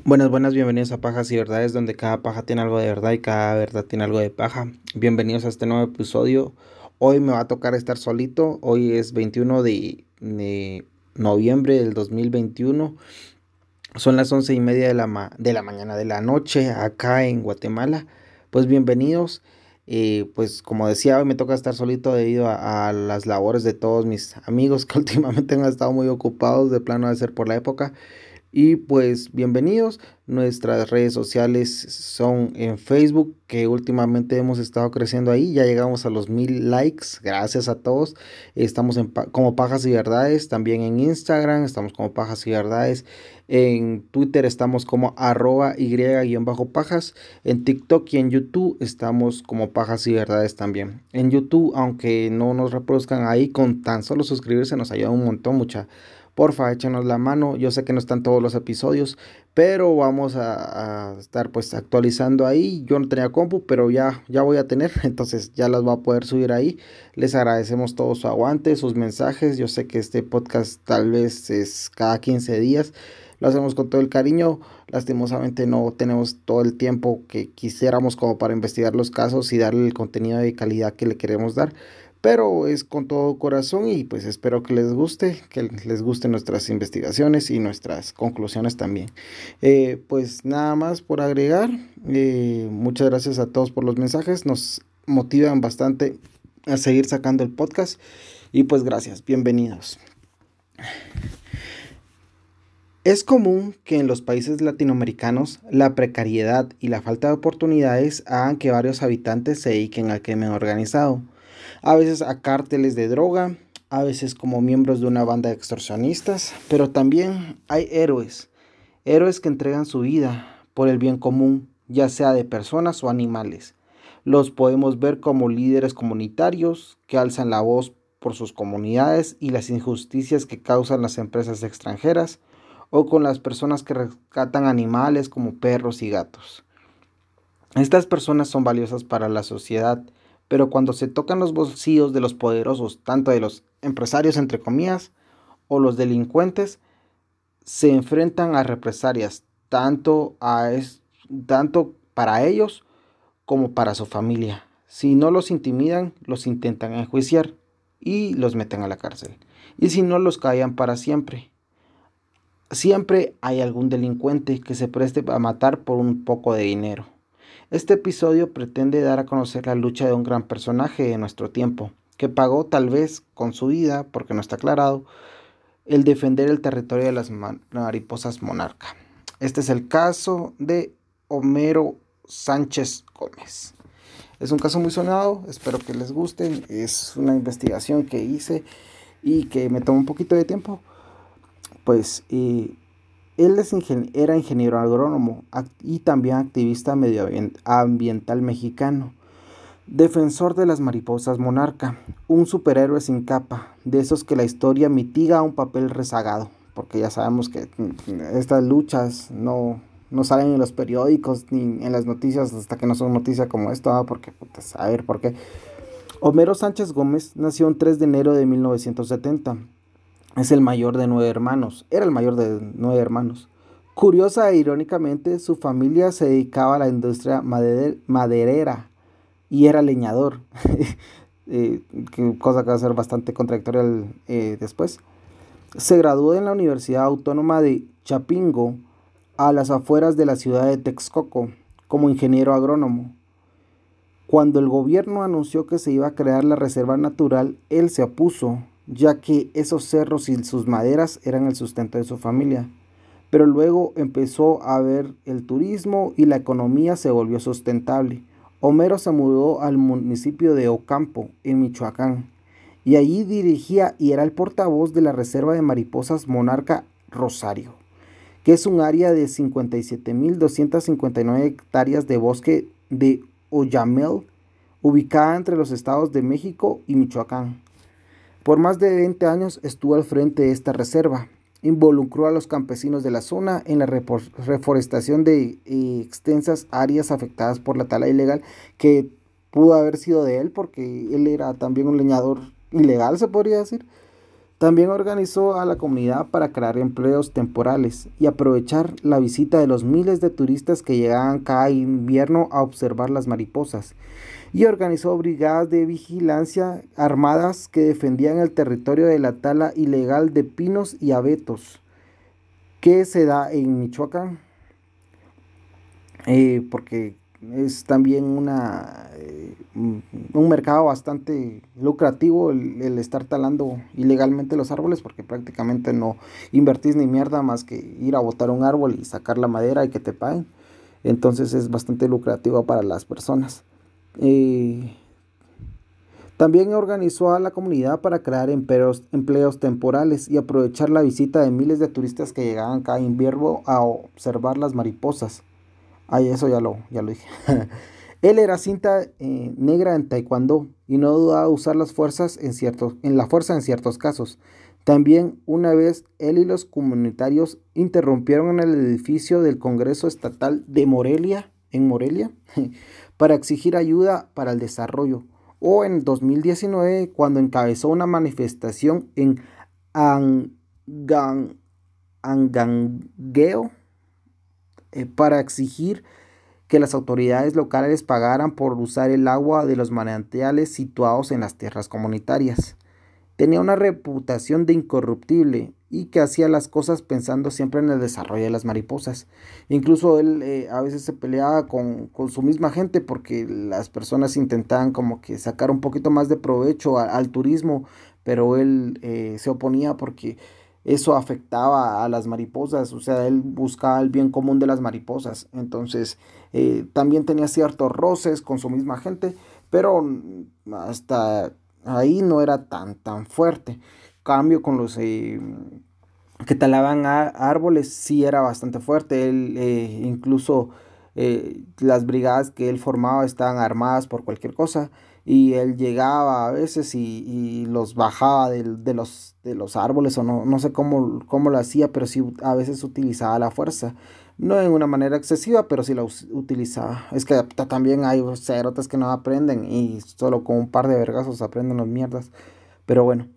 Buenas, bienvenidos a Pajas y Verdades, donde cada paja tiene algo de verdad y cada verdad tiene algo de paja. Bienvenidos a este nuevo episodio. Hoy me va a tocar estar solito. Hoy es 21 de noviembre del 2021. Son las 11:30 de la mañana de la noche acá en Guatemala. Pues bienvenidos. Pues como decía, hoy me toca estar solito debido a las labores de todos mis amigos que últimamente han estado muy ocupados de plano de ser por la época. Y pues bienvenidos. Nuestras redes sociales son en Facebook, que últimamente hemos estado creciendo ahí. Ya llegamos a los 1000 likes. Gracias a todos. Estamos como Pajas y Verdades. También en Instagram estamos como Pajas y Verdades. En Twitter estamos como @y_pajas. En TikTok y en YouTube estamos como Pajas y Verdades también. En YouTube, aunque no nos reproduzcan ahí, con tan solo suscribirse nos ayuda un montón, mucha. Porfa, échenos la mano. Yo sé que no están todos los episodios, pero vamos a estar pues actualizando ahí. Yo no tenía compu, pero ya voy a tener, entonces ya las voy a poder subir ahí. Les agradecemos todo su aguante, sus mensajes. Yo sé que este podcast tal vez es cada 15 días. Lo hacemos con todo el cariño. Lastimosamente no tenemos todo el tiempo que quisiéramos como para investigar los casos y darle el contenido de calidad que le queremos dar, pero es con todo corazón y pues espero que les gusten nuestras investigaciones y nuestras conclusiones también. Pues nada más por agregar. Muchas gracias a todos por los mensajes, nos motivan bastante a seguir sacando el podcast y pues gracias, bienvenidos. Es común que en los países latinoamericanos la precariedad y la falta de oportunidades hagan que varios habitantes se dediquen al crimen organizado, a veces a cárteles de droga, a veces como miembros de una banda de extorsionistas, pero también hay héroes que entregan su vida por el bien común, ya sea de personas o animales. Los podemos ver como líderes comunitarios que alzan la voz por sus comunidades y las injusticias que causan las empresas extranjeras, o con las personas que rescatan animales como perros y gatos. Estas personas son valiosas para la sociedad, pero cuando se tocan los bolsillos de los poderosos, tanto de los empresarios entre comillas o los delincuentes, se enfrentan a represalias tanto para ellos como para su familia. Si no los intimidan, los intentan enjuiciar y los meten a la cárcel. Y si no, los callan para siempre. Siempre hay algún delincuente que se preste a matar por un poco de dinero. Este episodio pretende dar a conocer la lucha de un gran personaje de nuestro tiempo, que pagó tal vez con su vida, porque no está aclarado, el defender el territorio de las mariposas monarca. Este es el caso de Homero Sánchez Gómez. Es un caso muy sonado, espero que les guste. Es una investigación que hice y que me tomó un poquito de tiempo. Pues él era ingeniero agrónomo y también activista medioambiental mexicano, defensor de las mariposas monarca, un superhéroe sin capa, de esos que la historia mitiga a un papel rezagado, porque ya sabemos que estas luchas no salen en los periódicos ni en las noticias hasta que no son noticias como esto, porque a ver por qué. Homero Sánchez Gómez nació el 3 de enero de 1970. Es el mayor de 9 hermanos. Era el mayor de 9 hermanos. Curiosa e irónicamente, su familia se dedicaba a la industria maderera y era leñador. eh, Cosa que va a ser bastante contradictoria después. Se graduó en la Universidad Autónoma de Chapingo, a las afueras de la ciudad de Texcoco, como ingeniero agrónomo. Cuando el gobierno anunció que se iba a crear la reserva natural, él se opuso, ya que esos cerros y sus maderas eran el sustento de su familia. Pero luego empezó a ver el turismo y la economía se volvió sustentable. Homero se mudó al municipio de Ocampo, en Michoacán, y allí dirigía y era el portavoz de la Reserva de Mariposas Monarca Rosario, que es un área de 57.259 hectáreas de bosque de Oyamel, ubicada entre los estados de México y Michoacán. Por más de 20 años estuvo al frente de esta reserva. Involucró a los campesinos de la zona en la reforestación de extensas áreas afectadas por la tala ilegal, que pudo haber sido de él porque él era también un leñador ilegal, se podría decir. También organizó a la comunidad para crear empleos temporales y aprovechar la visita de los miles de turistas que llegaban cada invierno a observar las mariposas. Y organizó brigadas de vigilancia armadas que defendían el territorio de la tala ilegal de pinos y abetos, que se da en Michoacán, porque es también un mercado bastante lucrativo el estar talando ilegalmente los árboles, porque prácticamente no invertís ni mierda más que ir a botar un árbol y sacar la madera y que te paguen. Entonces es bastante lucrativo para las personas. Eh, También organizó a la comunidad para crear empleos temporales y aprovechar la visita de miles de turistas que llegaban cada invierno a observar las mariposas. Ay, eso ya lo dije. Él era cinta negra en taekwondo y no dudaba usar en la fuerza en ciertos casos. También una vez él y los comunitarios interrumpieron en el edificio del Congreso Estatal de Morelia, en Morelia, para exigir ayuda para el desarrollo. O en 2019, cuando encabezó una manifestación en Angan- Angangueo, para exigir que las autoridades locales pagaran por usar el agua de los manantiales situados en las tierras comunitarias. Tenía una reputación de incorruptible y que hacía las cosas pensando siempre en el desarrollo de las mariposas. Incluso él a veces se peleaba con su misma gente porque las personas intentaban como que sacar un poquito más de provecho al turismo, pero él se oponía porque eso afectaba a las mariposas, o sea, él buscaba el bien común de las mariposas. Entonces, también tenía ciertos roces con su misma gente, pero hasta ahí no era tan fuerte. Cambio con los que talaban árboles sí era bastante fuerte. Él incluso las brigadas que él formaba estaban armadas por cualquier cosa y él llegaba a veces y los bajaba de los árboles o no sé cómo lo hacía, pero sí a veces utilizaba la fuerza. No en una manera excesiva, pero sí la utilizaba. Es que también hay cerotes que no aprenden y solo con un par de vergazos aprenden las mierdas. Pero bueno,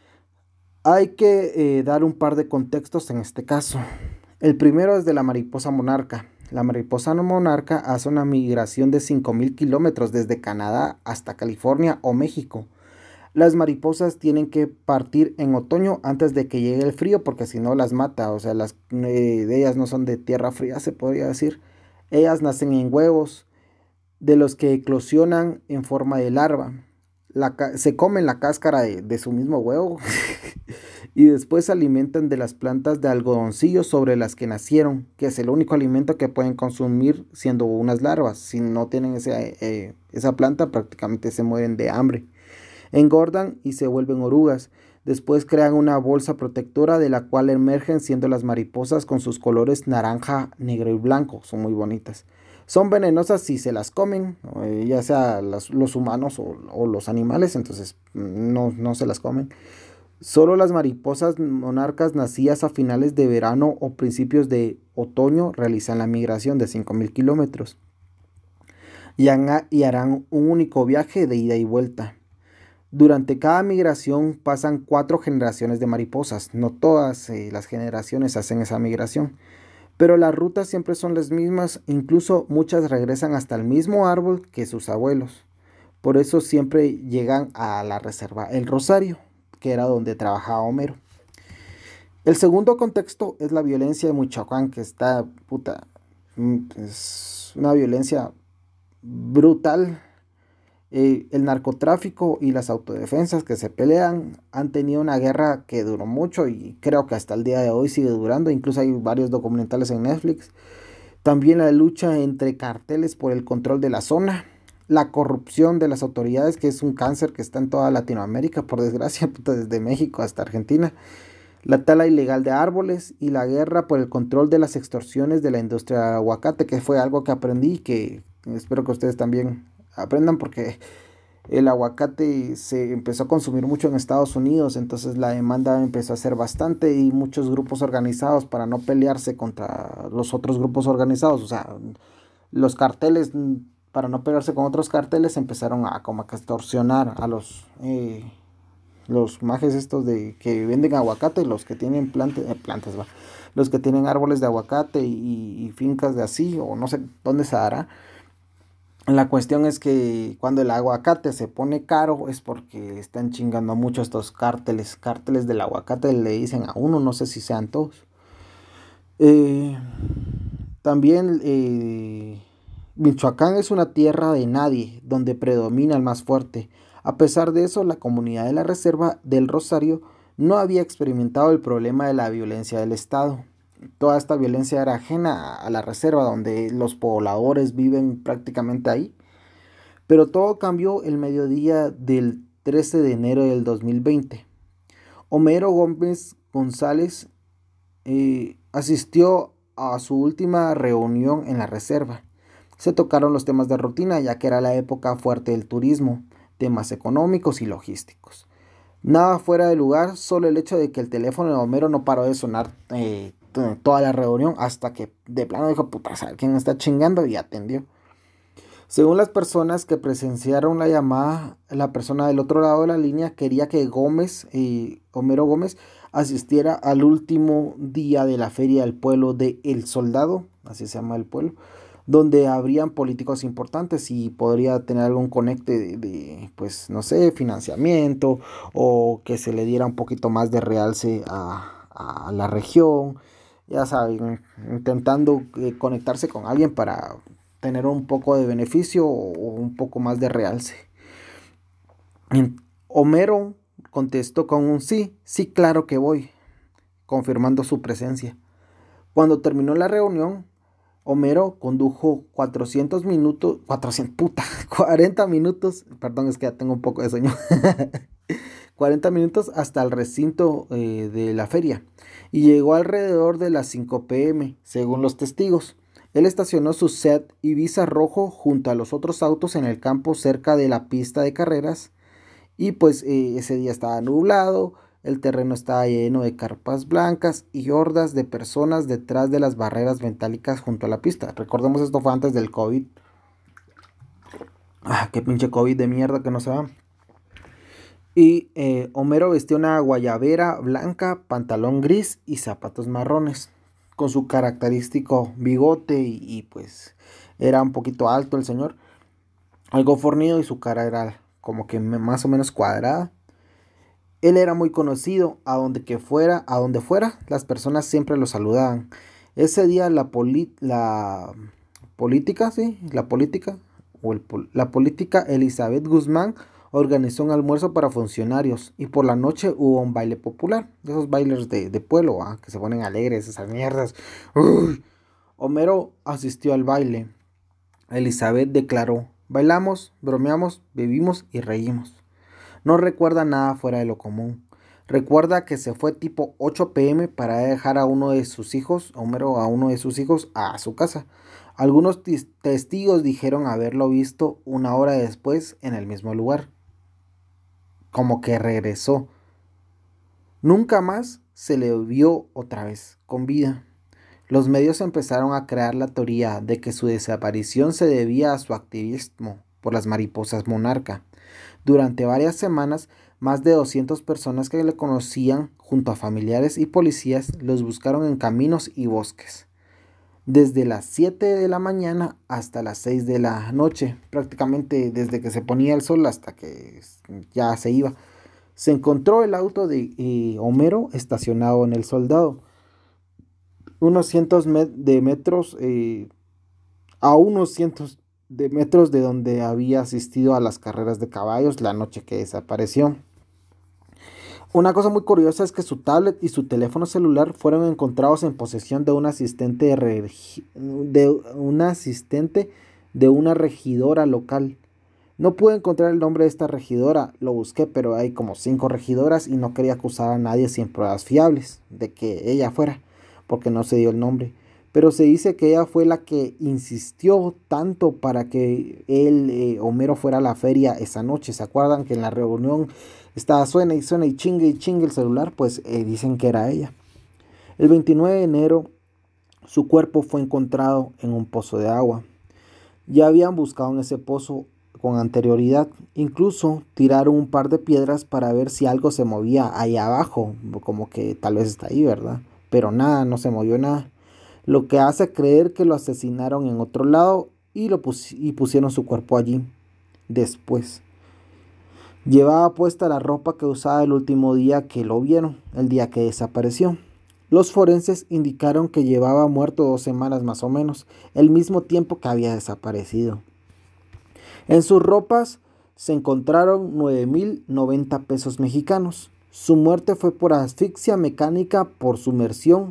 hay que dar un par de contextos en este caso. El primero es de la mariposa monarca. La mariposa no monarca hace una migración de 5.000 kilómetros desde Canadá hasta California o México. Las mariposas tienen que partir en otoño antes de que llegue el frío porque si no las mata. O sea, de ellas no son de tierra fría, se podría decir. Ellas nacen en huevos de los que eclosionan en forma de larva. Se comen la cáscara de su mismo huevo y después se alimentan de las plantas de algodoncillo sobre las que nacieron, que es el único alimento que pueden consumir siendo unas larvas. Si no tienen esa planta, prácticamente se mueren de hambre. Engordan y se vuelven orugas. Después crean una bolsa protectora de la cual emergen siendo las mariposas con sus colores naranja, negro y blanco. Son muy bonitas. Son venenosas si se las comen, ya sea los humanos o los animales, entonces no se las comen. Solo las mariposas monarcas nacidas a finales de verano o principios de otoño realizan la migración de 5.000 kilómetros y harán un único viaje de ida y vuelta. Durante cada migración pasan 4 generaciones de mariposas. No todas las generaciones hacen esa migración, pero las rutas siempre son las mismas. Incluso muchas regresan hasta el mismo árbol que sus abuelos. Por eso siempre llegan a la reserva El Rosario, que era donde trabajaba Homero. El segundo contexto es la violencia de Michoacán, que está, puta, es una violencia brutal. El narcotráfico y las autodefensas que se pelean han tenido una guerra que duró mucho y creo que hasta el día de hoy sigue durando. Incluso hay varios documentales en Netflix. También la lucha entre carteles por el control de la zona. La corrupción de las autoridades, que es un cáncer que está en toda Latinoamérica, por desgracia, puta, desde México hasta Argentina. La tala ilegal de árboles y la guerra por el control de las extorsiones de la industria del aguacate, que fue algo que aprendí y que espero que ustedes también aprendan porque el aguacate se empezó a consumir mucho en Estados Unidos, entonces la demanda empezó a ser bastante y muchos grupos organizados para no pelearse contra los otros grupos organizados, o sea, los carteles para no pelearse con otros carteles empezaron a como a extorsionar a los majes estos de que venden aguacate, los que tienen plantas, va, los que tienen árboles de aguacate y fincas de así, o no sé dónde se hará. La cuestión es que cuando el aguacate se pone caro es porque están chingando mucho estos cárteles del aguacate, le dicen a uno, no sé si sean todos. Eh, también Michoacán es una tierra de nadie, donde predomina el más fuerte. A pesar de eso, la comunidad de la Reserva del Rosario no había experimentado el problema de la violencia del Estado. Toda esta violencia era ajena a la reserva, donde los pobladores viven prácticamente ahí. Pero todo cambió el mediodía del 13 de enero del 2020. Homero Gómez González asistió a su última reunión en la reserva. Se tocaron los temas de rutina, ya que era la época fuerte del turismo, temas económicos y logísticos. Nada fuera de lugar, solo el hecho de que el teléfono de Homero no paró de sonar toda la reunión hasta que de plano dijo, puta, ¿sabe quién está chingando? Y atendió. Según las personas que presenciaron la llamada, la persona del otro lado de la línea quería que Homero Gómez, asistiera al último día de la feria del pueblo de El Soldado, así se llama el pueblo, donde habrían políticos importantes y podría tener algún conecte pues, no sé, financiamiento o que se le diera un poquito más de realce a la región, ya saben, intentando conectarse con alguien para tener un poco de beneficio o un poco más de realce. Homero contestó con un sí, sí, claro que voy, confirmando su presencia. Cuando terminó la reunión, Homero condujo 400 minutos, 400, puta, 40 minutos, perdón, es que ya tengo un poco de sueño, 40 minutos hasta el recinto de la feria y llegó alrededor de las 5 p.m., según los testigos. Él estacionó su Seat Ibiza rojo junto a los otros autos en el campo cerca de la pista de carreras y pues ese día estaba nublado, el terreno estaba lleno de carpas blancas y hordas de personas detrás de las barreras metálicas junto a la pista. Recordemos, esto fue antes del COVID. Ah, qué pinche COVID de mierda que no se va. Y Homero vestía una guayabera blanca, pantalón gris y zapatos marrones, con su característico bigote pues era un poquito alto el señor, algo fornido y su cara era como que más o menos cuadrada. Él era muy conocido, a donde fuera, las personas siempre lo saludaban. Ese día la política, sí, la política Elizabeth Guzmán organizó un almuerzo para funcionarios y por la noche hubo un baile popular, de esos bailes de pueblo, que se ponen alegres, esas mierdas. Uy. Homero asistió al baile. Elizabeth declaró, bailamos, bromeamos, bebimos y reímos. No recuerda nada fuera de lo común. Recuerda que se fue tipo 8 p.m. para dejar a uno de sus hijos, Homero, a uno de sus hijos, a su casa. Algunos testigos dijeron haberlo visto una hora después en el mismo lugar. Como que regresó. Nunca más se le vio otra vez con vida. Los medios empezaron a crear la teoría de que su desaparición se debía a su activismo por las mariposas monarca. Durante varias semanas, más de 200 personas que le conocían, junto a familiares y policías, los buscaron en caminos y bosques. Desde las 7 de la mañana hasta las 6 de la noche, prácticamente desde que se ponía el sol hasta que ya se iba. Se encontró el auto de Homero estacionado en el Soldado, unos cientos de metros, a unos cientos de metros de donde había asistido a las carreras de caballos la noche que desapareció. Una cosa muy curiosa es que su tablet y su teléfono celular fueron encontrados en posesión de un asistente de una regidora local. No pude encontrar el nombre de esta regidora, lo busqué, pero hay como 5 regidoras y no quería acusar a nadie sin pruebas fiables de que ella fuera, porque no se dio el nombre. Pero se dice que ella fue la que insistió tanto para que Homero, fuera a la feria esa noche. ¿Se acuerdan que en la reunión estaba suena y chingue el celular? Pues dicen que era ella. El 29 de enero su cuerpo fue encontrado en un pozo de agua. Ya habían buscado en ese pozo con anterioridad. Incluso tiraron un par de piedras para ver si algo se movía ahí abajo, como que tal vez está ahí, ¿verdad? Pero nada, no se movió nada. Lo que hace creer que lo asesinaron en otro lado y pusieron su cuerpo allí después. Llevaba puesta la ropa que usaba el último día que lo vieron, el día que desapareció. Los forenses indicaron que llevaba muerto 2 semanas más o menos, el mismo tiempo que había desaparecido. En sus ropas se encontraron 9.090 pesos mexicanos. Su muerte fue por asfixia mecánica por sumersión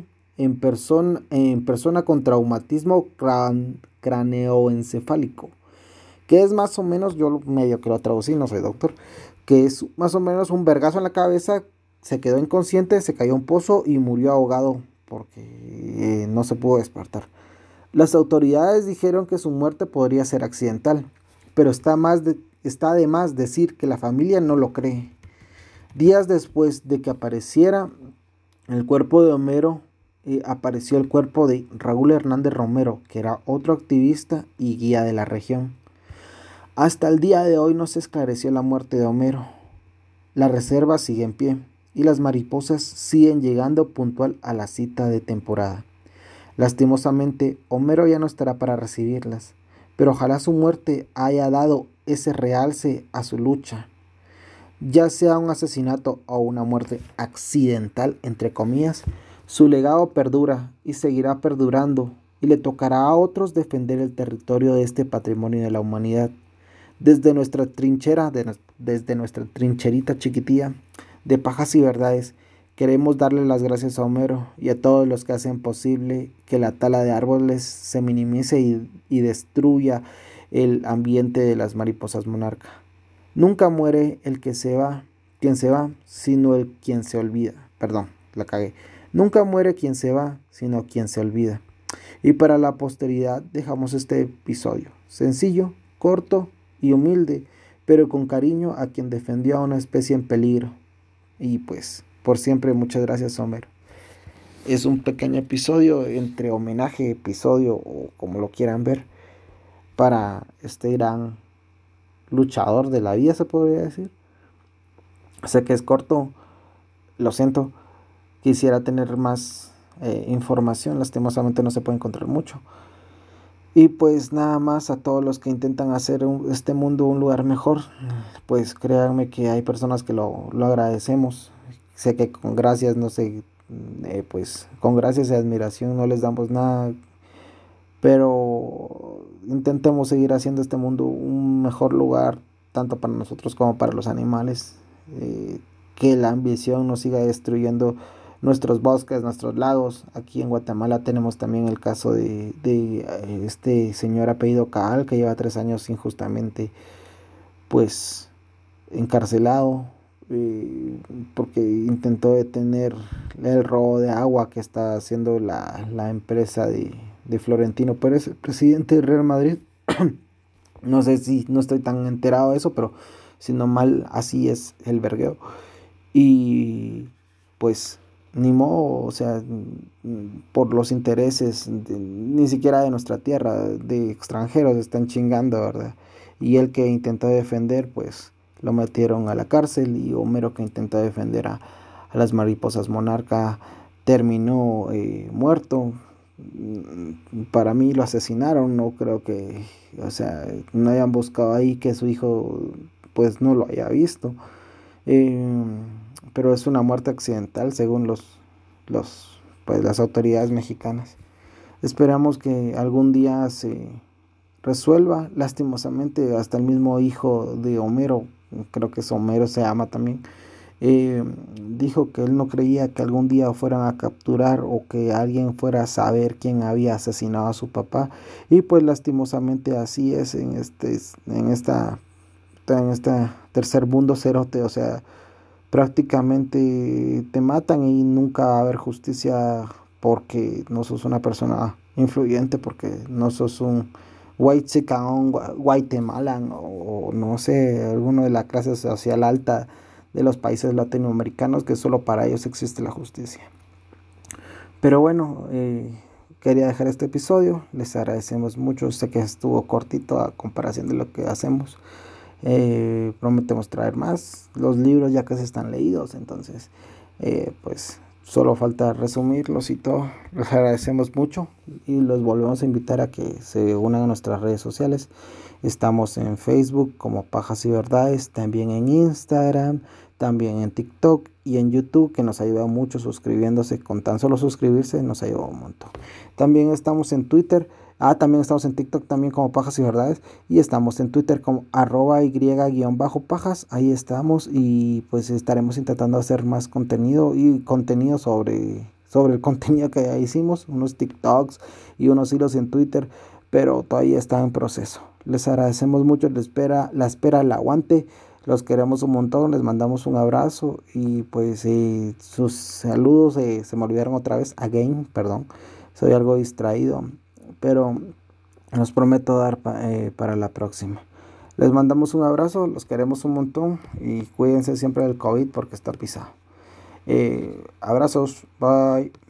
en persona con traumatismo craneoencefálico, que es más o menos, yo medio que lo traducí, no soy doctor, que es más o menos un vergazo en la cabeza, se quedó inconsciente, se cayó a un pozo y murió ahogado porque no se pudo despertar. Las autoridades dijeron que su muerte podría ser accidental, pero está de más decir que la familia no lo cree. Días después de que apareciera el cuerpo de Homero, apareció el cuerpo de Raúl Hernández Romero, que era otro activista y guía de la región. Hasta el día de hoy no se esclareció la muerte de Homero. La reserva sigue en pie y las mariposas siguen llegando puntual a la cita de temporada. Lastimosamente, Homero ya no estará para recibirlas, pero ojalá su muerte haya dado ese realce a su lucha. Ya sea un asesinato o una muerte accidental, entre comillas, su legado perdura y seguirá perdurando, y le tocará a otros defender el territorio de este patrimonio de la humanidad. Desde nuestra trinchera, desde nuestra trincherita chiquitilla de pajas y verdades, queremos darle las gracias a Homero y a todos los que hacen posible que la tala de árboles se minimice y destruya el ambiente de las mariposas monarca. Nunca muere el que se va, quien se va, sino el quien se olvida. Perdón, la cagué. Nunca muere quien se va, sino quien se olvida. Y para la posteridad dejamos este episodio, sencillo, corto y humilde, pero con cariño a quien defendió a una especie en peligro. Y pues, por siempre, muchas gracias, Homero. Es un pequeño episodio entre homenaje, episodio o como lo quieran ver, para este gran luchador de la vida, se podría decir. Sé que es corto, lo siento, quisiera tener más información, lastimosamente no se puede encontrar mucho. Y pues nada más a todos los que intentan hacer este mundo un lugar mejor, pues créanme que hay personas que lo agradecemos. Sé que con gracias, no sé, pues con gracias y admiración no les damos nada, pero intentemos seguir haciendo este mundo un mejor lugar, tanto para nosotros como para los animales. Que la ambición no siga destruyendo nuestros bosques, nuestros lagos. Aquí en Guatemala tenemos también el caso de este señor apellido Caal, que lleva 3 años injustamente pues encarcelado, porque intentó detener el robo de agua que está haciendo la empresa de Florentino Pérez, el presidente del Real Madrid. No sé si no estoy tan enterado de eso, pero si no mal, así es el vergueo. Y pues ni modo, o sea, por los intereses ni siquiera de nuestra tierra, de extranjeros están chingando, ¿verdad? Y el que intentó defender, pues lo metieron a la cárcel, y Homero, que intentó defender a las mariposas monarca, terminó muerto. Para mí lo asesinaron, no creo que, o sea, no hayan buscado ahí que su hijo pues no lo haya visto. Eh, pero es una muerte accidental según pues las autoridades mexicanas. Esperamos que algún día se resuelva. Lastimosamente hasta el mismo hijo de Homero, creo que es Homero se llama también, dijo que él no creía que algún día fueran a capturar o que alguien fuera a saber quién había asesinado a su papá. Y pues lastimosamente así es en esta tercer mundo cerote. O sea, prácticamente te matan y nunca va a haber justicia porque no sos una persona influyente, porque no sos un white chican, guatemalan o no sé, alguno de la clase social alta de los países latinoamericanos, que solo para ellos existe la justicia. Pero bueno, quería dejar este episodio. Les agradecemos mucho. Sé que estuvo cortito a comparación de lo que hacemos. Prometemos traer más. Los libros ya casi están leídos, entonces pues solo falta resumirlos y todo. Les agradecemos mucho y los volvemos a invitar a que se unan a nuestras redes sociales. Estamos en Facebook como Pajas y Verdades, también en Instagram, también en TikTok y en YouTube, que nos ayuda mucho suscribiéndose. Con tan solo suscribirse nos ayuda un montón. También estamos en Twitter. También estamos en TikTok también como Pajas y Verdades. Y estamos en Twitter como @y_pajas. Ahí estamos y pues estaremos intentando hacer más contenido y contenido sobre el contenido que ya hicimos. Unos TikToks y unos hilos en Twitter. Pero todavía está en proceso. Les agradecemos mucho la espera, el aguante. Los queremos un montón, les mandamos un abrazo y pues sus saludos se me olvidaron otra vez, perdón, soy algo distraído, pero los prometo dar para la próxima. Les mandamos un abrazo, los queremos un montón y cuídense siempre del COVID porque está pisado. Abrazos, bye.